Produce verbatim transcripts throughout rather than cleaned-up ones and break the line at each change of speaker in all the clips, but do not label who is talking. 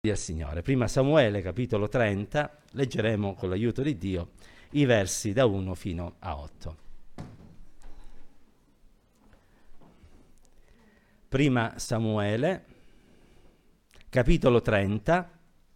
Al Signore. Prima Samuele, capitolo trenta, leggeremo con l'aiuto di Dio i versi da uno fino a otto. Prima Samuele, capitolo trenta,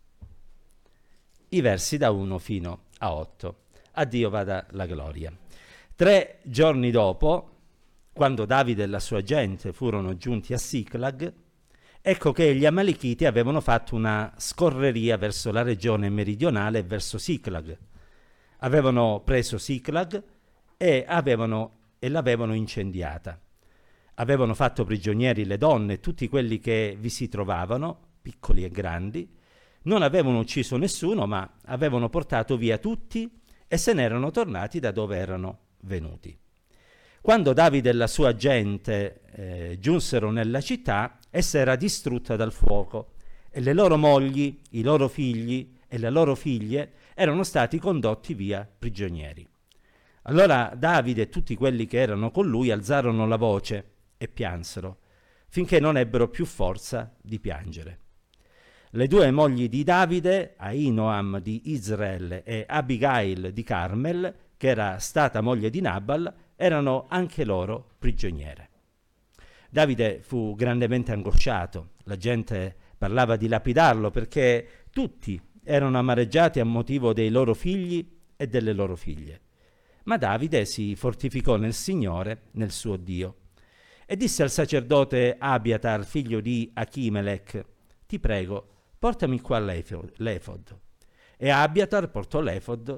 i versi da uno fino a otto. A Dio vada la gloria. Tre giorni dopo, quando Davide e la sua gente furono giunti a Siclag, ecco che gli Amalechiti avevano fatto una scorreria verso la regione meridionale e verso Siclag. Avevano preso Siclag e, avevano, e l'avevano incendiata. Avevano fatto prigionieri le donne e tutti quelli che vi si trovavano, piccoli e grandi. Non avevano ucciso nessuno, ma avevano portato via tutti e se n'erano tornati da dove erano venuti. Quando Davide e la sua gente eh, giunsero nella città, essa era distrutta dal fuoco e le loro mogli, i loro figli e le loro figlie erano stati condotti via prigionieri. Allora Davide e tutti quelli che erano con lui alzarono la voce e piansero, finché non ebbero più forza di piangere. Le due mogli di Davide, Ahinoam di Israele e Abigail di Carmel, che era stata moglie di Nabal, erano anche loro prigioniere. Davide fu grandemente angosciato, la gente parlava di lapidarlo perché tutti erano amareggiati a motivo dei loro figli e delle loro figlie. Ma Davide si fortificò nel Signore, nel suo Dio, e disse al sacerdote Abiatar, figlio di Achimelech: ti prego, portami qua l'efod. E Abiatar portò l'efod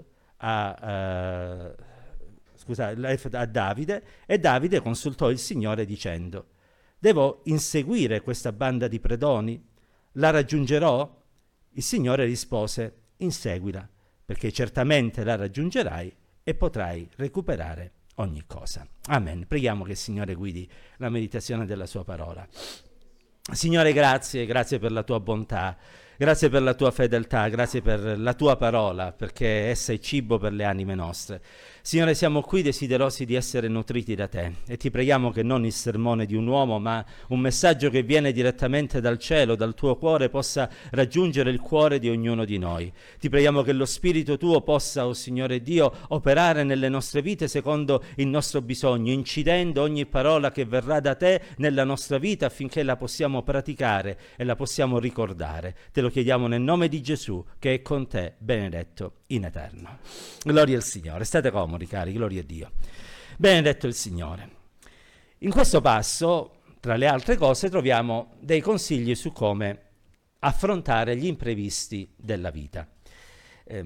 a... Uh, Scusa, a Davide, e Davide consultò il Signore dicendo: devo inseguire questa banda di predoni? La raggiungerò? Il Signore rispose: inseguila, perché certamente la raggiungerai e potrai recuperare ogni cosa. Amen. Preghiamo che il Signore guidi la meditazione della sua parola. Signore, grazie, grazie per la tua bontà, grazie per la tua fedeltà, grazie per la tua parola, perché essa è cibo per le anime nostre. Signore, siamo qui desiderosi di essere nutriti da te e ti preghiamo che non il sermone di un uomo, ma un messaggio che viene direttamente dal cielo, dal tuo cuore, possa raggiungere il cuore di ognuno di noi. Ti preghiamo che lo Spirito tuo possa, o oh Signore Dio, operare nelle nostre vite secondo il nostro bisogno, incidendo ogni parola che verrà da te nella nostra vita affinché la possiamo praticare e la possiamo ricordare. Te lo chiediamo nel nome di Gesù, che è con te, benedetto in eterno. Gloria al Signore. State comodi, cari, gloria a Dio. Benedetto il Signore. In questo passo, tra le altre cose, troviamo dei consigli su come affrontare gli imprevisti della vita. Eh,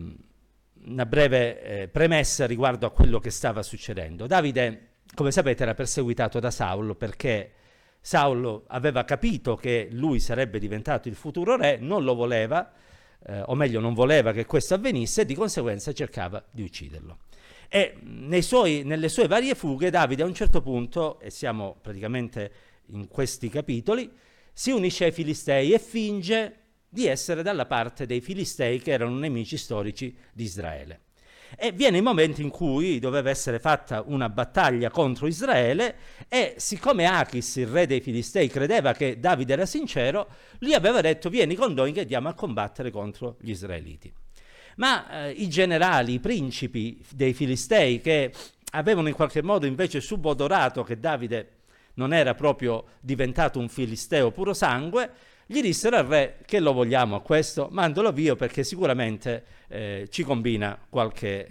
una breve eh, premessa riguardo a quello che stava succedendo. Davide, come sapete, era perseguitato da Saulo perché Saulo aveva capito che lui sarebbe diventato il futuro re, non lo voleva, eh, o meglio non voleva che questo avvenisse, e di conseguenza cercava di ucciderlo. E nei suoi, nelle sue varie fughe Davide a un certo punto, e siamo praticamente in questi capitoli, si unisce ai Filistei e finge di essere dalla parte dei Filistei, che erano nemici storici di Israele. E viene il momento in cui doveva essere fatta una battaglia contro Israele e siccome Achis, il re dei Filistei, credeva che Davide era sincero, gli aveva detto: vieni con noi che andiamo a combattere contro gli israeliti. Ma eh, i generali, i principi dei Filistei, che avevano in qualche modo invece subodorato che Davide non era proprio diventato un filisteo puro sangue, gli dissero al re: che lo vogliamo a questo? Mandalo via, perché sicuramente eh, ci combina qualche...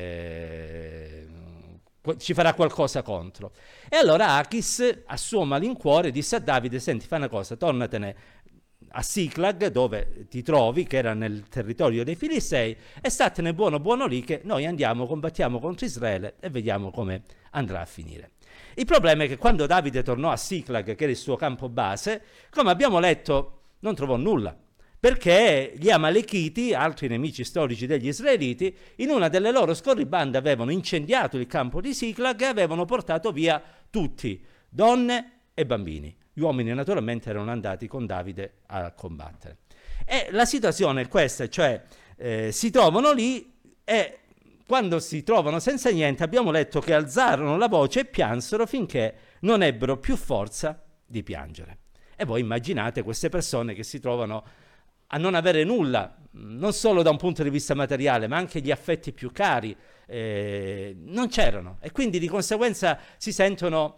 Eh, ci farà qualcosa contro. E allora Achis, a suo malincuore, disse a Davide: senti, fai una cosa, tornatene a Siclag, dove ti trovi, che era nel territorio dei Filistei, e statene buono buono lì, che noi andiamo, combattiamo contro Israele e vediamo come andrà a finire. Il problema è che quando Davide tornò a Siclag, che era il suo campo base, come abbiamo letto, non trovò nulla, perché gli Amalechiti, altri nemici storici degli israeliti, in una delle loro scorribande avevano incendiato il campo di Siclag e avevano portato via tutti, donne e bambini. Gli uomini naturalmente erano andati con Davide a combattere. E la situazione è questa, cioè eh, si trovano lì e quando si trovano senza niente, abbiamo letto che alzarono la voce e piansero finché non ebbero più forza di piangere. E voi immaginate queste persone che si trovano a non avere nulla, non solo da un punto di vista materiale, ma anche gli affetti più cari, eh, non c'erano. E quindi di conseguenza si sentono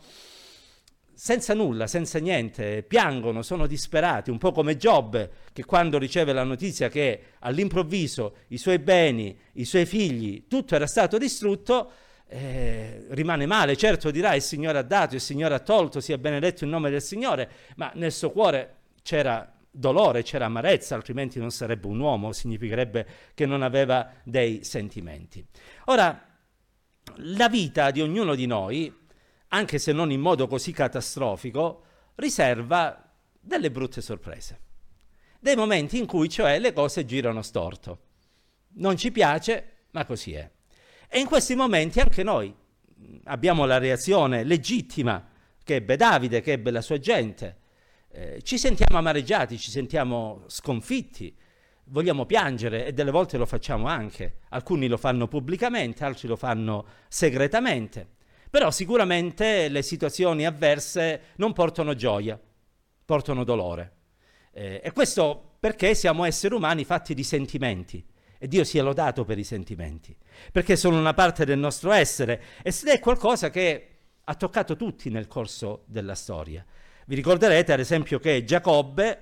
senza nulla, senza niente, piangono, sono disperati, un po' come Giobbe, che quando riceve la notizia che all'improvviso i suoi beni, i suoi figli, tutto era stato distrutto, eh, rimane male. Certo dirà: il Signore ha dato, il Signore ha tolto, sia benedetto il nome del Signore, ma nel suo cuore c'era dolore, c'era amarezza, altrimenti non sarebbe un uomo, significherebbe che non aveva dei sentimenti. Ora, la vita di ognuno di noi, anche se non in modo così catastrofico, riserva delle brutte sorprese, dei momenti in cui cioè le cose girano storto. Non ci piace, ma così è. E in questi momenti anche noi abbiamo la reazione legittima che ebbe Davide, che ebbe la sua gente. Eh, ci sentiamo amareggiati, ci sentiamo sconfitti, vogliamo piangere, e delle volte lo facciamo anche. Alcuni lo fanno pubblicamente, altri lo fanno segretamente. Però sicuramente le situazioni avverse non portano gioia, portano dolore. Eh, e questo perché siamo esseri umani fatti di sentimenti. E Dio sia lodato per i sentimenti, perché sono una parte del nostro essere, ed è qualcosa che ha toccato tutti nel corso della storia. Vi ricorderete ad esempio che Giacobbe,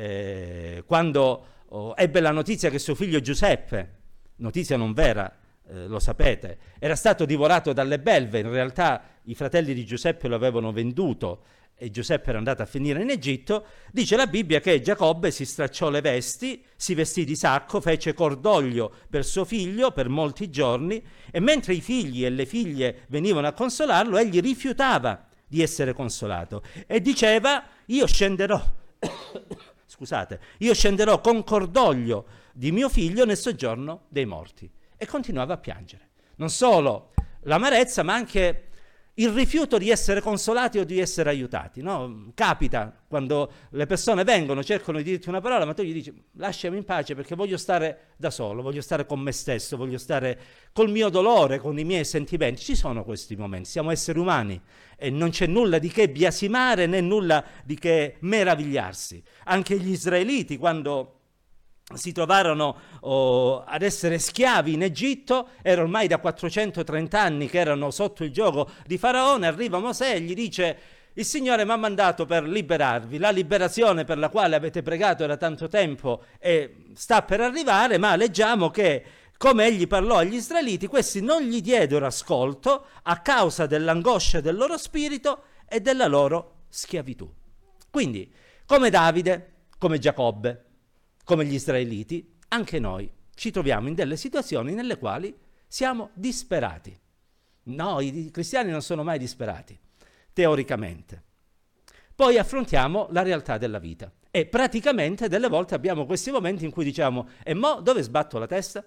eh, quando oh, ebbe la notizia che suo figlio Giuseppe, notizia non vera, eh, lo sapete, era stato divorato dalle belve. In realtà i fratelli di Giuseppe lo avevano venduto e Giuseppe era andato a finire in Egitto. Dice la Bibbia che Giacobbe si stracciò le vesti, si vestì di sacco, fece cordoglio per suo figlio per molti giorni, e mentre i figli e le figlie venivano a consolarlo, egli rifiutava di essere consolato e diceva: io scenderò scusate, io scenderò con cordoglio di mio figlio nel soggiorno dei morti. E continuava a piangere. Non solo l'amarezza, ma anche il rifiuto di essere consolati o di essere aiutati, no? Capita quando le persone vengono, cercano di dirti una parola, ma tu gli dici: lasciami in pace perché voglio stare da solo, voglio stare con me stesso, voglio stare col mio dolore, con i miei sentimenti. Ci sono questi momenti, siamo esseri umani e non c'è nulla di che biasimare né nulla di che meravigliarsi. Anche gli israeliti, quando si trovarono oh, ad essere schiavi in Egitto, era ormai da quattrocentotrenta anni che erano sotto il giogo di Faraone. Arriva Mosè e gli dice: il Signore mi ha mandato per liberarvi, la liberazione per la quale avete pregato da tanto tempo e sta per arrivare. Ma leggiamo che, come egli parlò agli israeliti, questi non gli diedero ascolto a causa dell'angoscia del loro spirito e della loro schiavitù. Quindi, come Davide, come Giacobbe, come gli israeliti, anche noi ci troviamo in delle situazioni nelle quali siamo disperati. No, i cristiani non sono mai disperati, teoricamente. Poi affrontiamo la realtà della vita e praticamente delle volte abbiamo questi momenti in cui diciamo: e mo dove sbatto la testa?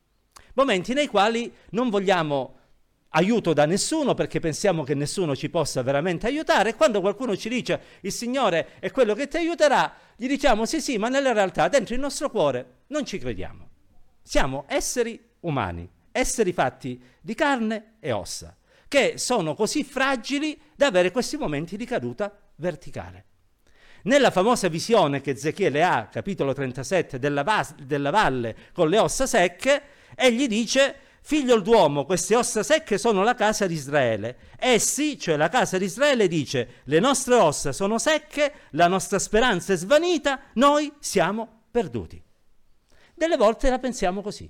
Momenti nei quali non vogliamo aiuto da nessuno perché pensiamo che nessuno ci possa veramente aiutare, e quando qualcuno ci dice: il Signore è quello che ti aiuterà, gli diciamo sì sì, ma nella realtà dentro il nostro cuore non ci crediamo. Siamo esseri umani, esseri fatti di carne e ossa, che sono così fragili da avere questi momenti di caduta verticale. Nella famosa visione che Ezechiele ha, capitolo trentasette, della, vas- della valle con le ossa secche, egli dice: figlio d'uomo, queste ossa secche sono la casa di Israele. Essi, cioè la casa di Israele, dice: le nostre ossa sono secche, la nostra speranza è svanita, noi siamo perduti. Delle volte la pensiamo così.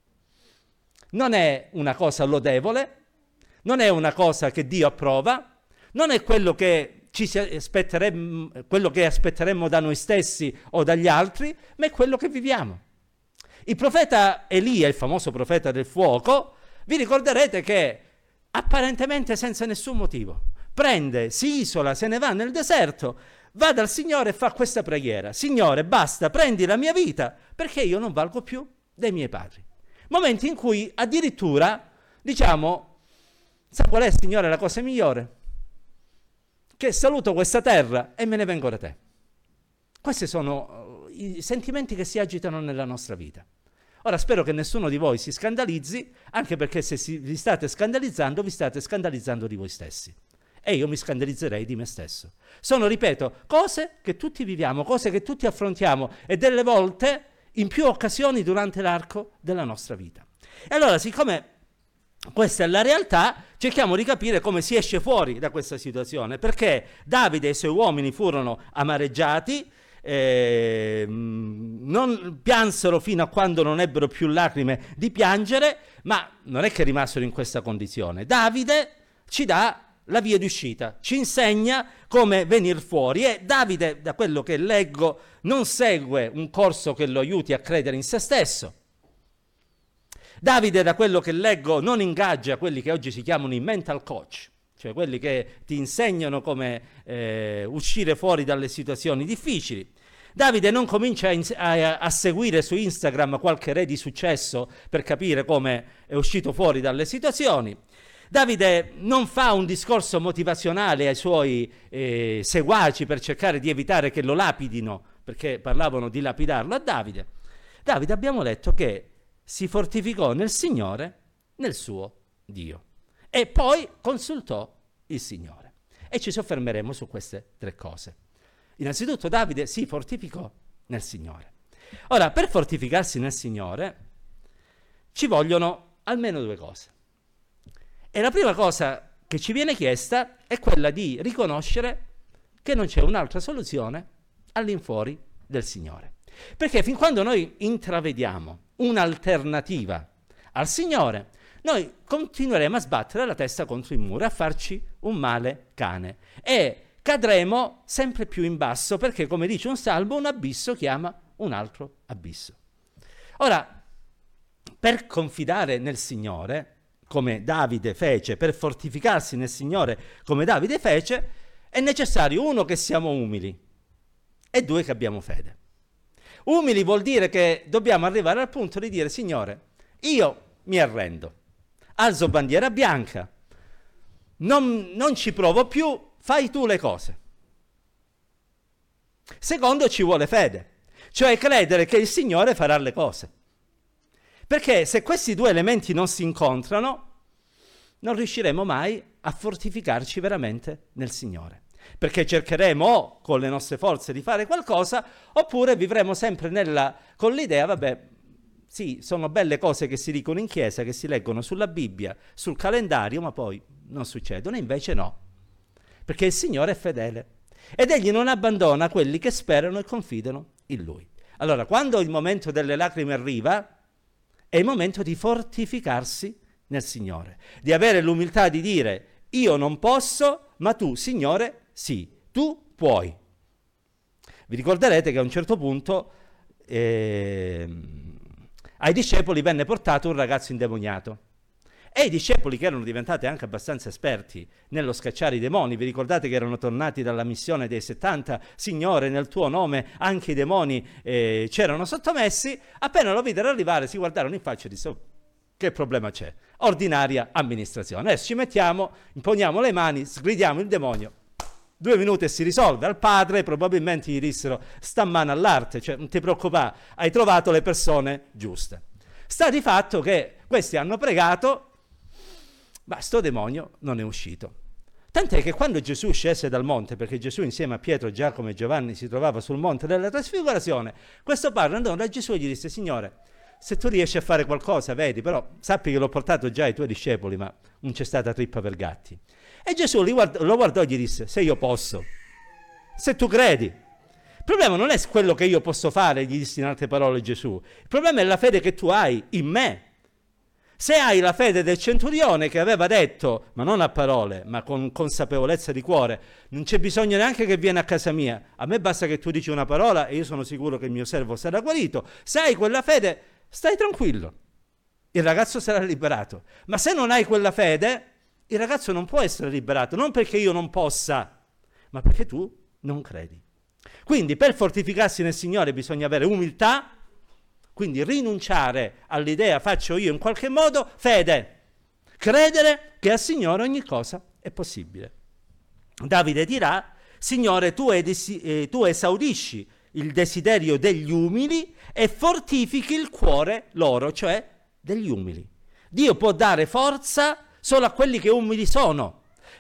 Non è una cosa lodevole, non è una cosa che Dio approva, non è quello che ci aspetteremmo, quello che aspetteremmo da noi stessi o dagli altri, ma è quello che viviamo. Il profeta Elia, il famoso profeta del fuoco, vi ricorderete che apparentemente senza nessun motivo prende, si isola, se ne va nel deserto, va dal Signore e fa questa preghiera: Signore, basta, prendi la mia vita perché io non valgo più dei miei padri. Momenti in cui addirittura diciamo: sa qual è, Signore, la cosa migliore? Che saluto questa terra e me ne vengo da te. Questi sono i sentimenti che si agitano nella nostra vita. Ora spero che nessuno di voi si scandalizzi, anche perché se si, vi state scandalizzando, vi state scandalizzando di voi stessi. e io mi scandalizzerei di me stesso. Sono, ripeto, cose che tutti viviamo, cose che tutti affrontiamo e delle volte in più occasioni durante l'arco della nostra vita. E allora, siccome questa è la realtà, cerchiamo di capire come si esce fuori da questa situazione, perché Davide e i suoi uomini furono amareggiati, eh, non piansero fino a quando non ebbero più lacrime di piangere, ma non è che rimasero in questa condizione. Davide ci dà la via d'uscita, ci insegna come venire fuori, e Davide, da quello che leggo, non segue un corso che lo aiuti a credere in se stesso. Davide, da quello che leggo, non ingaggia quelli che oggi si chiamano i mental coach, cioè quelli che ti insegnano come eh, uscire fuori dalle situazioni difficili. Davide non comincia a, ins- a, a seguire su Instagram qualche re di successo per capire come è uscito fuori dalle situazioni. Davide non fa un discorso motivazionale ai suoi eh, seguaci per cercare di evitare che lo lapidino, perché parlavano di lapidarlo a Davide. Davide, abbiamo letto che si fortificò nel Signore, nel suo Dio, e poi consultò il Signore. E ci soffermeremo su queste tre cose. Innanzitutto Davide si fortificò nel Signore. Ora, per fortificarsi nel Signore ci vogliono almeno due cose. E la prima cosa che ci viene chiesta è quella di riconoscere che non c'è un'altra soluzione all'infuori del Signore. Perché fin quando noi intravediamo un'alternativa al Signore, noi continueremo a sbattere la testa contro il muro, a farci un male cane, e cadremo sempre più in basso, perché, come dice un salmo, un abisso chiama un altro abisso. Ora, per confidare nel Signore, come Davide fece, per fortificarsi nel Signore come Davide fece, è necessario, uno, che siamo umili, e due, che abbiamo fede. Umili vuol dire che dobbiamo arrivare al punto di dire: Signore, io mi arrendo, alzo bandiera bianca, non, non ci provo più, fai tu le cose. Secondo, ci vuole fede, cioè credere che il Signore farà le cose. Perché se questi due elementi non si incontrano, non riusciremo mai a fortificarci veramente nel Signore. Perché cercheremo o con le nostre forze di fare qualcosa, oppure vivremo sempre nella, con l'idea, vabbè, sì, sono belle cose che si dicono in chiesa, che si leggono sulla Bibbia, sul calendario, ma poi non succedono. E invece no, perché il Signore è fedele ed Egli non abbandona quelli che sperano e confidano in Lui. Allora, quando il momento delle lacrime arriva, è il momento di fortificarsi nel Signore, di avere l'umiltà di dire: io non posso, ma tu, Signore, sì, tu puoi. Vi ricorderete che a un certo punto eh, ai discepoli venne portato un ragazzo indemoniato, e i discepoli, che erano diventati anche abbastanza esperti nello scacciare i demoni, vi ricordate che erano tornati dalla missione dei settanta, Signore, nel tuo nome anche i demoni eh, c'erano sottomessi, appena lo videro arrivare si guardarono in faccia e dissero: oh, che problema c'è? Ordinaria amministrazione. Adesso ci mettiamo, imponiamo le mani, sgridiamo il demonio, due minuti e si risolve. Al padre probabilmente gli dissero: sta mano all'arte, cioè non ti preoccupare, hai trovato le persone giuste. Sta di fatto che questi hanno pregato, ma sto demonio non è uscito. Tant'è che quando Gesù scese dal monte, perché Gesù insieme a Pietro, Giacomo e Giovanni si trovava sul monte della trasfigurazione, questo padre andò da Gesù e gli disse: Signore, se tu riesci a fare qualcosa, vedi, però sappi che l'ho portato già ai tuoi discepoli, ma non c'è stata trippa per gatti. E Gesù li guard- lo guardò e gli disse: se io posso, se tu credi. Il problema non è quello che io posso fare, gli disse in altre parole Gesù, il problema è la fede che tu hai in me. Se hai la fede del centurione, che aveva detto, ma non a parole, ma con consapevolezza di cuore: non c'è bisogno neanche che vieni a casa mia, a me basta che tu dici una parola e io sono sicuro che il mio servo sarà guarito. Se hai quella fede, stai tranquillo, il ragazzo sarà liberato. Ma se non hai quella fede, il ragazzo non può essere liberato, non perché io non possa, ma perché tu non credi. Quindi per fortificarsi nel Signore bisogna avere umiltà, quindi rinunciare all'idea faccio io in qualche modo, fede, credere che al Signore ogni cosa è possibile. Davide dirà: Signore, tu, edesi- eh, tu esaudisci il desiderio degli umili e fortifichi il cuore loro, cioè degli umili. Dio può dare forza solo a quelli che umili sono,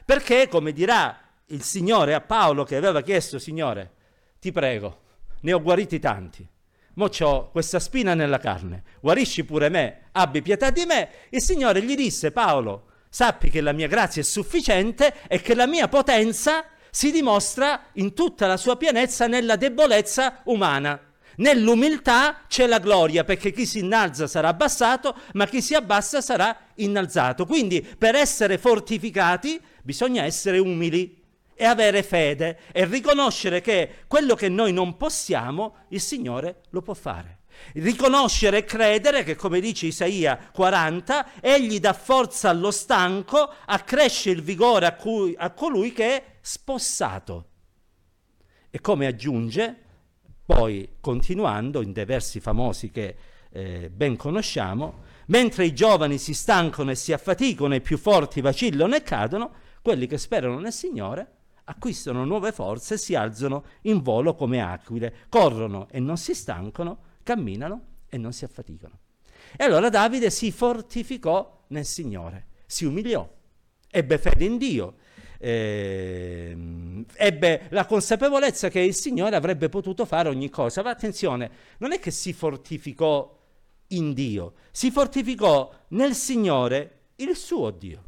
Perché, come dirà il Signore a Paolo che aveva chiesto, Signore, ti prego, ne ho guariti tanti, mo c'ho questa spina nella carne, guarisci pure me, abbi pietà di me. Il Signore gli disse, Paolo, sappi che la mia grazia è sufficiente e che la mia potenza si dimostra in tutta la sua pienezza nella debolezza umana. Nell'umiltà c'è la gloria, perché chi si innalza sarà abbassato, ma chi si abbassa sarà innalzato. Quindi per essere fortificati bisogna essere umili e avere fede e riconoscere che quello che noi non possiamo, il Signore lo può fare. Riconoscere e credere che, come dice Isaia quaranta, egli dà forza allo stanco, accresce il vigore a, cui, a colui che è spossato. E come aggiunge, poi continuando in dei versi famosi che eh, ben conosciamo, mentre i giovani si stancano e si affaticano, i più forti vacillano e cadono, quelli che sperano nel Signore acquistano nuove forze e si alzano in volo come aquile, corrono e non si stancano, camminano e non si affaticano. E allora Davide si fortificò nel Signore, si umiliò, ebbe fede in Dio, eh, ebbe la consapevolezza che il Signore avrebbe potuto fare ogni cosa. Ma attenzione, non è che si fortificò in Dio, si fortificò nel Signore, il suo Dio.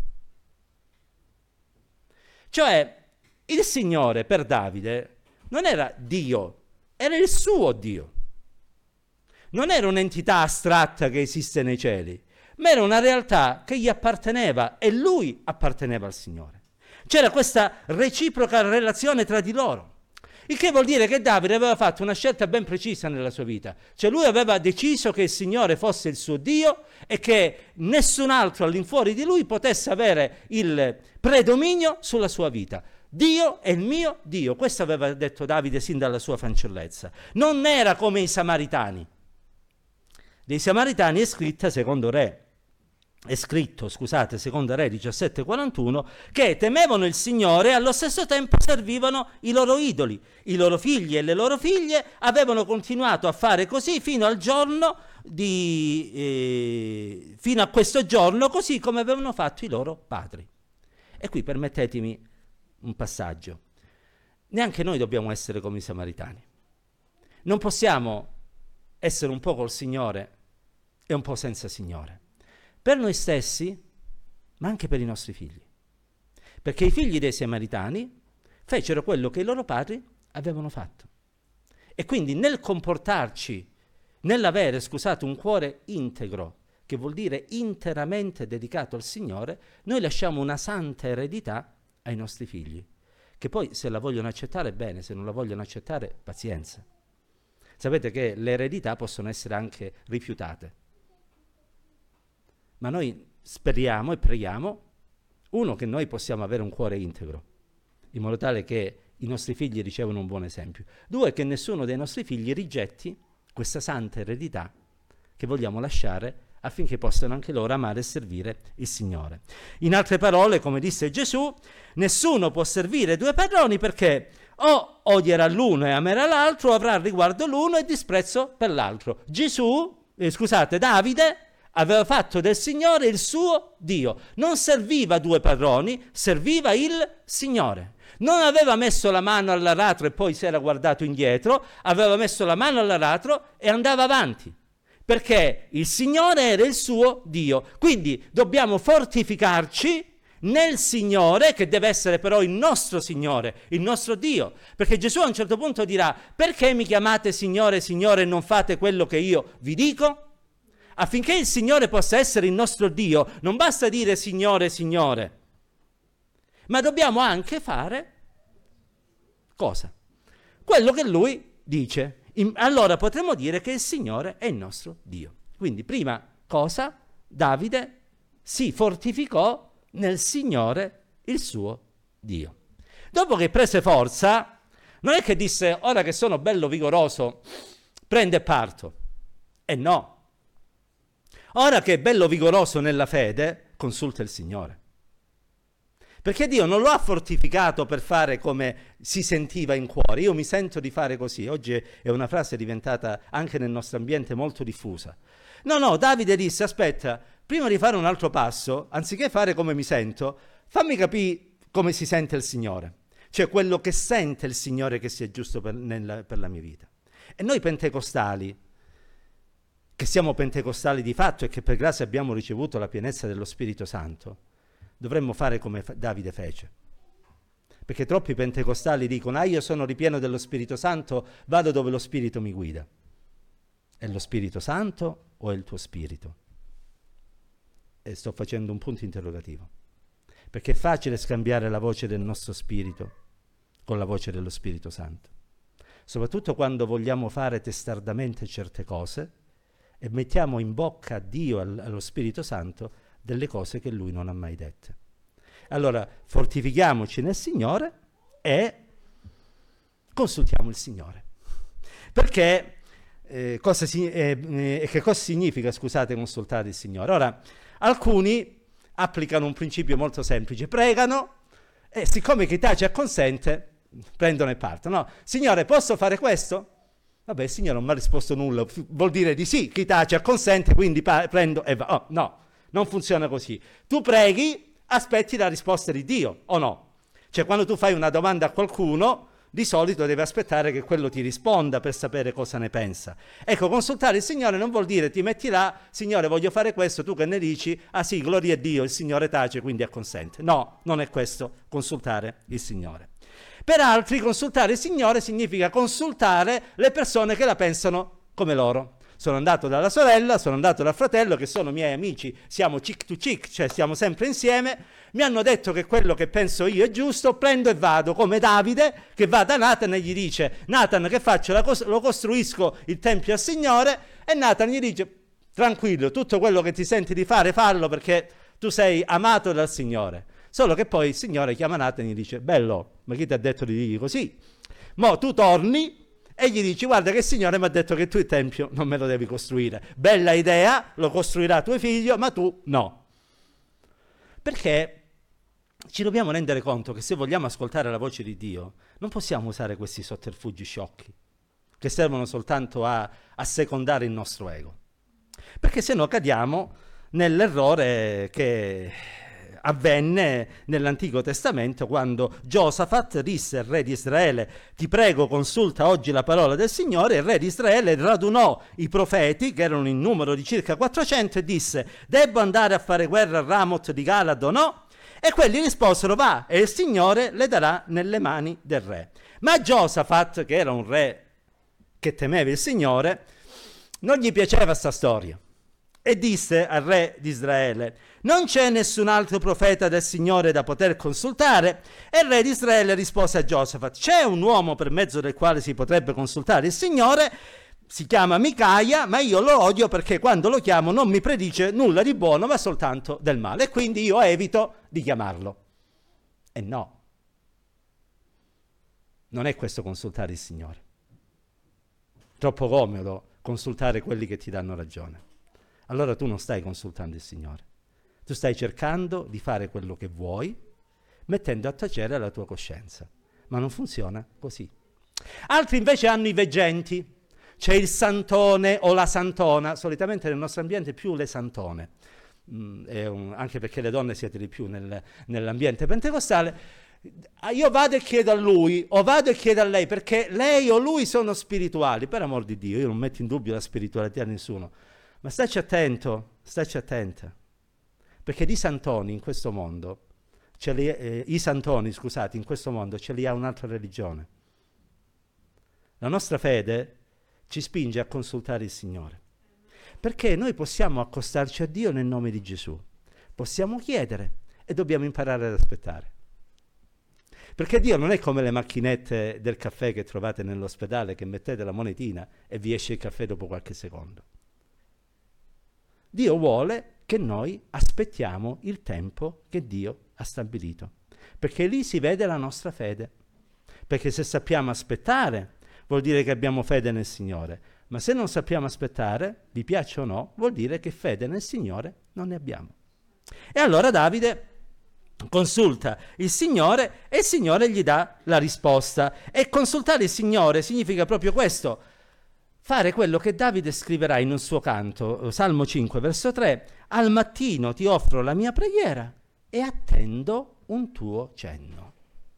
Cioè, il Signore per Davide non era Dio, era il suo Dio. Non era un'entità astratta che esiste nei cieli, ma era una realtà che gli apparteneva e lui apparteneva al Signore. C'era questa reciproca relazione tra di loro, il che vuol dire che Davide aveva fatto una scelta ben precisa nella sua vita. Cioè lui aveva deciso che il Signore fosse il suo Dio e che nessun altro all'infuori di lui potesse avere il predominio sulla sua vita. Dio è il mio Dio, questo aveva detto Davide sin dalla sua fanciullezza. Non era come i Samaritani. Dei Samaritani è scritta secondo Re, è scritto, scusate, secondo Re diciassette quarantuno, che temevano il Signore e allo stesso tempo servivano i loro idoli. I loro figli e le loro figlie avevano continuato a fare così fino al giorno di eh, fino a questo giorno, così come avevano fatto i loro padri. E qui permettetemi un passaggio. Neanche noi dobbiamo essere come i Samaritani. Non possiamo essere un po' col Signore e un po' senza Signore. Per noi stessi, ma anche per i nostri figli. Perché i figli dei Samaritani fecero quello che i loro padri avevano fatto. E quindi nel comportarci, nell'avere, scusate, un cuore integro, che vuol dire interamente dedicato al Signore, noi lasciamo una santa eredità ai nostri figli, che poi se la vogliono accettare bene, se non la vogliono accettare pazienza. Sapete che le eredità possono essere anche rifiutate. Ma noi speriamo e preghiamo, uno, che noi possiamo avere un cuore integro, in modo tale che i nostri figli ricevano un buon esempio. Due, che nessuno dei nostri figli rigetti questa santa eredità che vogliamo lasciare affinché possano anche loro amare e servire il Signore. In altre parole, come disse Gesù, nessuno può servire due padroni, perché o odierà l'uno e amerà l'altro, o avrà riguardo l'uno e disprezzo per l'altro. Gesù, eh, scusate, Davide aveva fatto del Signore il suo Dio. Non serviva due padroni, serviva il Signore. Non aveva messo la mano all'aratro e poi si era guardato indietro, aveva messo la mano all'aratro e andava avanti, perché il Signore era il suo Dio. Quindi dobbiamo fortificarci nel Signore, che deve essere però il nostro Signore, il nostro Dio, perché Gesù a un certo punto dirà: perché mi chiamate Signore, Signore, e non fate quello che io vi dico? Affinché il Signore possa essere il nostro Dio, non basta dire Signore, Signore, ma dobbiamo anche fare cosa? Quello che Lui dice. In, allora potremo dire che il Signore è il nostro Dio. Quindi prima cosa, Davide si fortificò nel Signore, il suo Dio. Dopo che prese forza, non è che disse: ora che sono bello vigoroso, prende e parto. E no. Ora che è bello vigoroso nella fede, consulta il Signore. Perché Dio non lo ha fortificato per fare come si sentiva in cuore. Io mi sento di fare così. Oggi è una frase diventata anche nel nostro ambiente molto diffusa. No, no, Davide disse: aspetta, prima di fare un altro passo, anziché fare come mi sento, fammi capire come si sente il Signore, cioè quello che sente il Signore che sia giusto per, nella, per la mia vita. E noi pentecostali, che siamo pentecostali di fatto e che per grazia abbiamo ricevuto la pienezza dello Spirito Santo, dovremmo fare come Davide fece. Perché troppi pentecostali dicono: ah, io sono ripieno dello Spirito Santo, vado dove lo Spirito mi guida. È lo Spirito Santo o è il tuo spirito? E sto facendo un punto interrogativo. Perché è facile scambiare la voce del nostro spirito con la voce dello Spirito Santo. Soprattutto quando vogliamo fare testardamente certe cose e mettiamo in bocca a Dio, allo Spirito Santo, delle cose che Lui non ha mai dette. Allora, fortifichiamoci nel Signore e consultiamo il Signore. Perché, eh, cosa si, eh, eh, che cosa significa, scusate, consultare il Signore? Ora, alcuni applicano un principio molto semplice, pregano e siccome chi tace acconsente, prendono e partono. No, Signore, posso fare questo? Vabbè, il Signore non mi ha risposto nulla, vuol dire di sì, chi tace acconsente, quindi pa- prendo e va. Oh, no, non funziona così. Tu preghi, aspetti la risposta di Dio, o no? Cioè, quando tu fai una domanda a qualcuno, di solito deve aspettare che quello ti risponda per sapere cosa ne pensa. Ecco, consultare il Signore non vuol dire ti metti là, Signore voglio fare questo, tu che ne dici? Ah sì, gloria a Dio, il Signore tace, quindi acconsente. No, non è questo consultare il Signore. Per altri consultare il Signore significa consultare le persone che la pensano come loro. Sono andato dalla sorella, sono andato dal fratello, che sono miei amici, siamo chick to chick, cioè stiamo sempre insieme, mi hanno detto che quello che penso io è giusto, prendo e vado, come Davide, che va da Nathan e gli dice: Nathan, che faccio? La cos- lo costruisco il tempio al Signore, e Nathan gli dice: tranquillo, tutto quello che ti senti di fare, fallo, perché tu sei amato dal Signore. Solo che poi il Signore chiama Nathan e gli dice: bello, ma chi ti ha detto di dirgli così? Mo tu torni e gli dici: guarda che il Signore mi ha detto che tu il tempio non me lo devi costruire. Bella idea, lo costruirà tuo figlio, ma tu no. Perché ci dobbiamo rendere conto che se vogliamo ascoltare la voce di Dio, non possiamo usare questi sotterfugi sciocchi, che servono soltanto a, a secondare il nostro ego. Perché se no cadiamo nell'errore che avvenne nell'Antico Testamento, quando Giosafat disse al re di Israele: ti prego, consulta oggi la parola del Signore. Il re di Israele radunò i profeti, che erano in numero di circa quattrocento, e disse: debbo andare a fare guerra a Ramoth di Galad o no? E quelli risposero: va, e il Signore le darà nelle mani del re. Ma Giosafat, che era un re che temeva il Signore, non gli piaceva sta storia, e disse al re di Israele: non c'è nessun altro profeta del Signore da poter consultare? E il re di Israele rispose a Giosafat: c'è un uomo per mezzo del quale si potrebbe consultare il Signore, si chiama Micaia, ma io lo odio perché quando lo chiamo non mi predice nulla di buono ma soltanto del male, e quindi io evito di chiamarlo. E no, non è questo consultare il Signore. Troppo comodo consultare quelli che ti danno ragione. Allora tu non stai consultando il Signore, tu stai cercando di fare quello che vuoi, mettendo a tacere la tua coscienza, ma non funziona così. Altri invece hanno i veggenti, c'è il santone o la santona, solitamente nel nostro ambiente più le santone, mm, è un, anche perché le donne siete di più nel, nell'ambiente pentecostale. Io vado e chiedo a lui, o vado e chiedo a lei, perché lei o lui sono spirituali. Per amor di Dio, io non metto in dubbio la spiritualità di nessuno, ma staci attento, staci attenta, perché di santoni in questo mondo, ce li, eh, i santoni, scusate, in questo mondo ce li ha un'altra religione. La nostra fede ci spinge a consultare il Signore, perché noi possiamo accostarci a Dio nel nome di Gesù, possiamo chiedere e dobbiamo imparare ad aspettare. Perché Dio non è come le macchinette del caffè che trovate nell'ospedale, che mettete la monetina e vi esce il caffè dopo qualche secondo. Dio vuole che noi aspettiamo il tempo che Dio ha stabilito, perché lì si vede la nostra fede. Perché se sappiamo aspettare, vuol dire che abbiamo fede nel Signore, ma se non sappiamo aspettare, vi piace o no, vuol dire che fede nel Signore non ne abbiamo. E allora Davide consulta il Signore e il Signore gli dà la risposta. E consultare il Signore significa proprio questo: fare quello che Davide scriverà in un suo canto, Salmo cinque, verso tre: al mattino ti offro la mia preghiera e attendo un tuo cenno.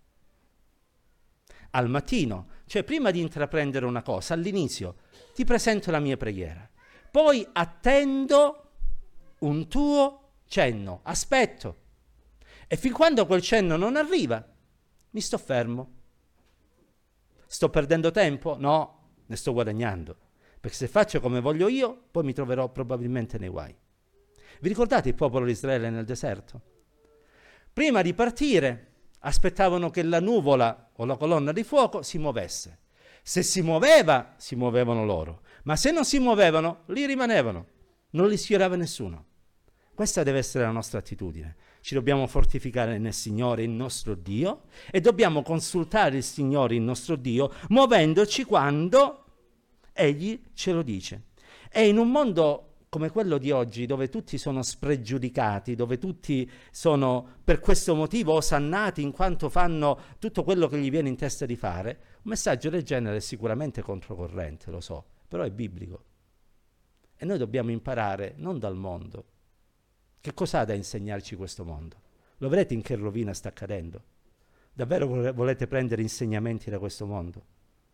Al mattino, cioè prima di intraprendere una cosa, all'inizio, ti presento la mia preghiera. Poi attendo un tuo cenno, aspetto. E fin quando quel cenno non arriva, mi sto fermo. Sto perdendo tempo? No, ne sto guadagnando. Perché se faccio come voglio io, poi mi troverò probabilmente nei guai. Vi ricordate il popolo di Israele nel deserto? Prima di partire, aspettavano che la nuvola o la colonna di fuoco si muovesse. Se si muoveva, si muovevano loro. Ma se non si muovevano, lì rimanevano. Non li sfiorava nessuno. Questa deve essere la nostra attitudine. Ci dobbiamo fortificare nel Signore, il nostro Dio, e dobbiamo consultare il Signore, il nostro Dio, muovendoci quando Egli ce lo dice. E in un mondo come quello di oggi, dove tutti sono spregiudicati, dove tutti sono per questo motivo osannati in quanto fanno tutto quello che gli viene in testa di fare, un messaggio del genere è sicuramente controcorrente, lo so, però è biblico. E noi dobbiamo imparare non dal mondo. Che cosa ha da insegnarci questo mondo? Lo vedete in che rovina sta cadendo? Davvero volete prendere insegnamenti da questo mondo?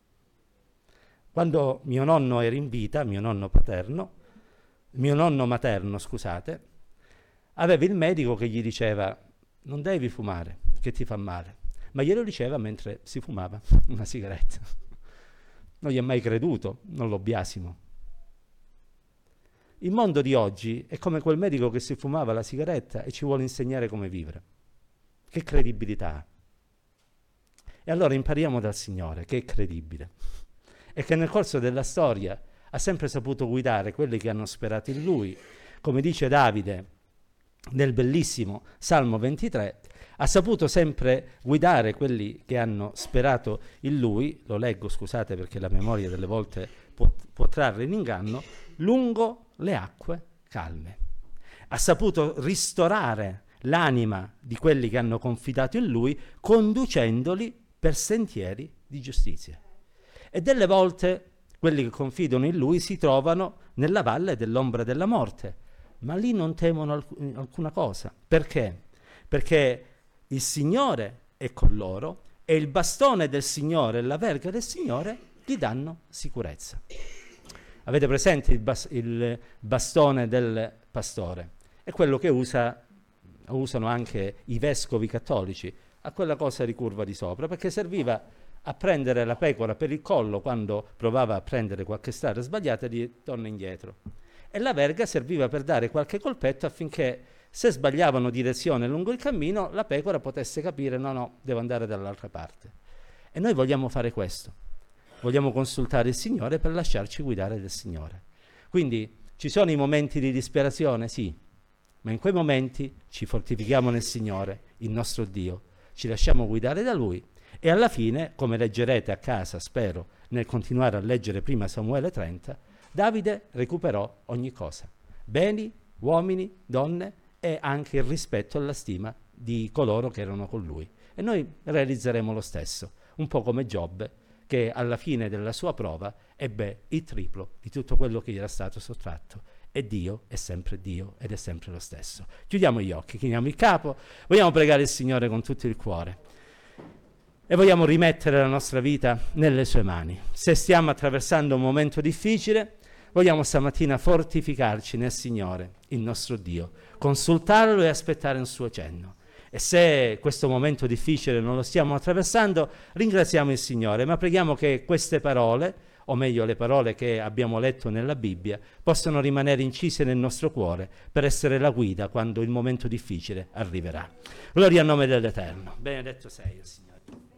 Quando mio nonno era in vita, mio nonno paterno, mio nonno materno, scusate, aveva il medico che gli diceva non devi fumare, che ti fa male, ma glielo diceva mentre si fumava una sigaretta. Non gli ha mai creduto, non lo biasimo. Il mondo di oggi è come quel medico che si fumava la sigaretta e ci vuole insegnare come vivere. Che credibilità ha? E allora impariamo dal Signore, che è credibile, e che nel corso della storia ha sempre saputo guidare quelli che hanno sperato in Lui. Come dice Davide nel bellissimo Salmo ventitré, ha saputo sempre guidare quelli che hanno sperato in Lui, lo leggo, scusate perché la memoria delle volte può, può trarre in inganno, lungo le acque calme. Ha saputo ristorare l'anima di quelli che hanno confidato in Lui, conducendoli per sentieri di giustizia. E delle volte quelli che confidano in Lui si trovano nella valle dell'ombra della morte, ma lì non temono alc- alcuna cosa. Perché? Perché il Signore è con loro e il bastone del Signore e la verga del Signore gli danno sicurezza. Avete presente il, bas- il bastone del pastore? È quello che usa, usano anche i vescovi cattolici, a quella cosa ricurva di sopra, perché serviva a prendere la pecora per il collo quando provava a prendere qualche strada sbagliata e di torna indietro. E la verga serviva per dare qualche colpetto affinché, se sbagliavano direzione lungo il cammino, la pecora potesse capire no, no, devo andare dall'altra parte. E noi vogliamo fare questo. Vogliamo consultare il Signore per lasciarci guidare dal Signore. Quindi ci sono i momenti di disperazione? Sì, ma in quei momenti ci fortifichiamo nel Signore, il nostro Dio, ci lasciamo guidare da Lui. E alla fine, come leggerete a casa, spero, nel continuare a leggere prima Samuele trenta, Davide recuperò ogni cosa. Beni, uomini, donne e anche il rispetto e la stima di coloro che erano con lui. E noi realizzeremo lo stesso, un po' come Giobbe, che alla fine della sua prova ebbe il triplo di tutto quello che gli era stato sottratto. E Dio è sempre Dio ed è sempre lo stesso. Chiudiamo gli occhi, chiniamo il capo, vogliamo pregare il Signore con tutto il cuore. E vogliamo rimettere la nostra vita nelle sue mani. Se stiamo attraversando un momento difficile, vogliamo stamattina fortificarci nel Signore, il nostro Dio, consultarlo e aspettare un suo cenno. E se questo momento difficile non lo stiamo attraversando, ringraziamo il Signore, ma preghiamo che queste parole, o meglio le parole che abbiamo letto nella Bibbia, possano rimanere incise nel nostro cuore per essere la guida quando il momento difficile arriverà. Gloria al nome dell'Eterno. Benedetto sei, Signore.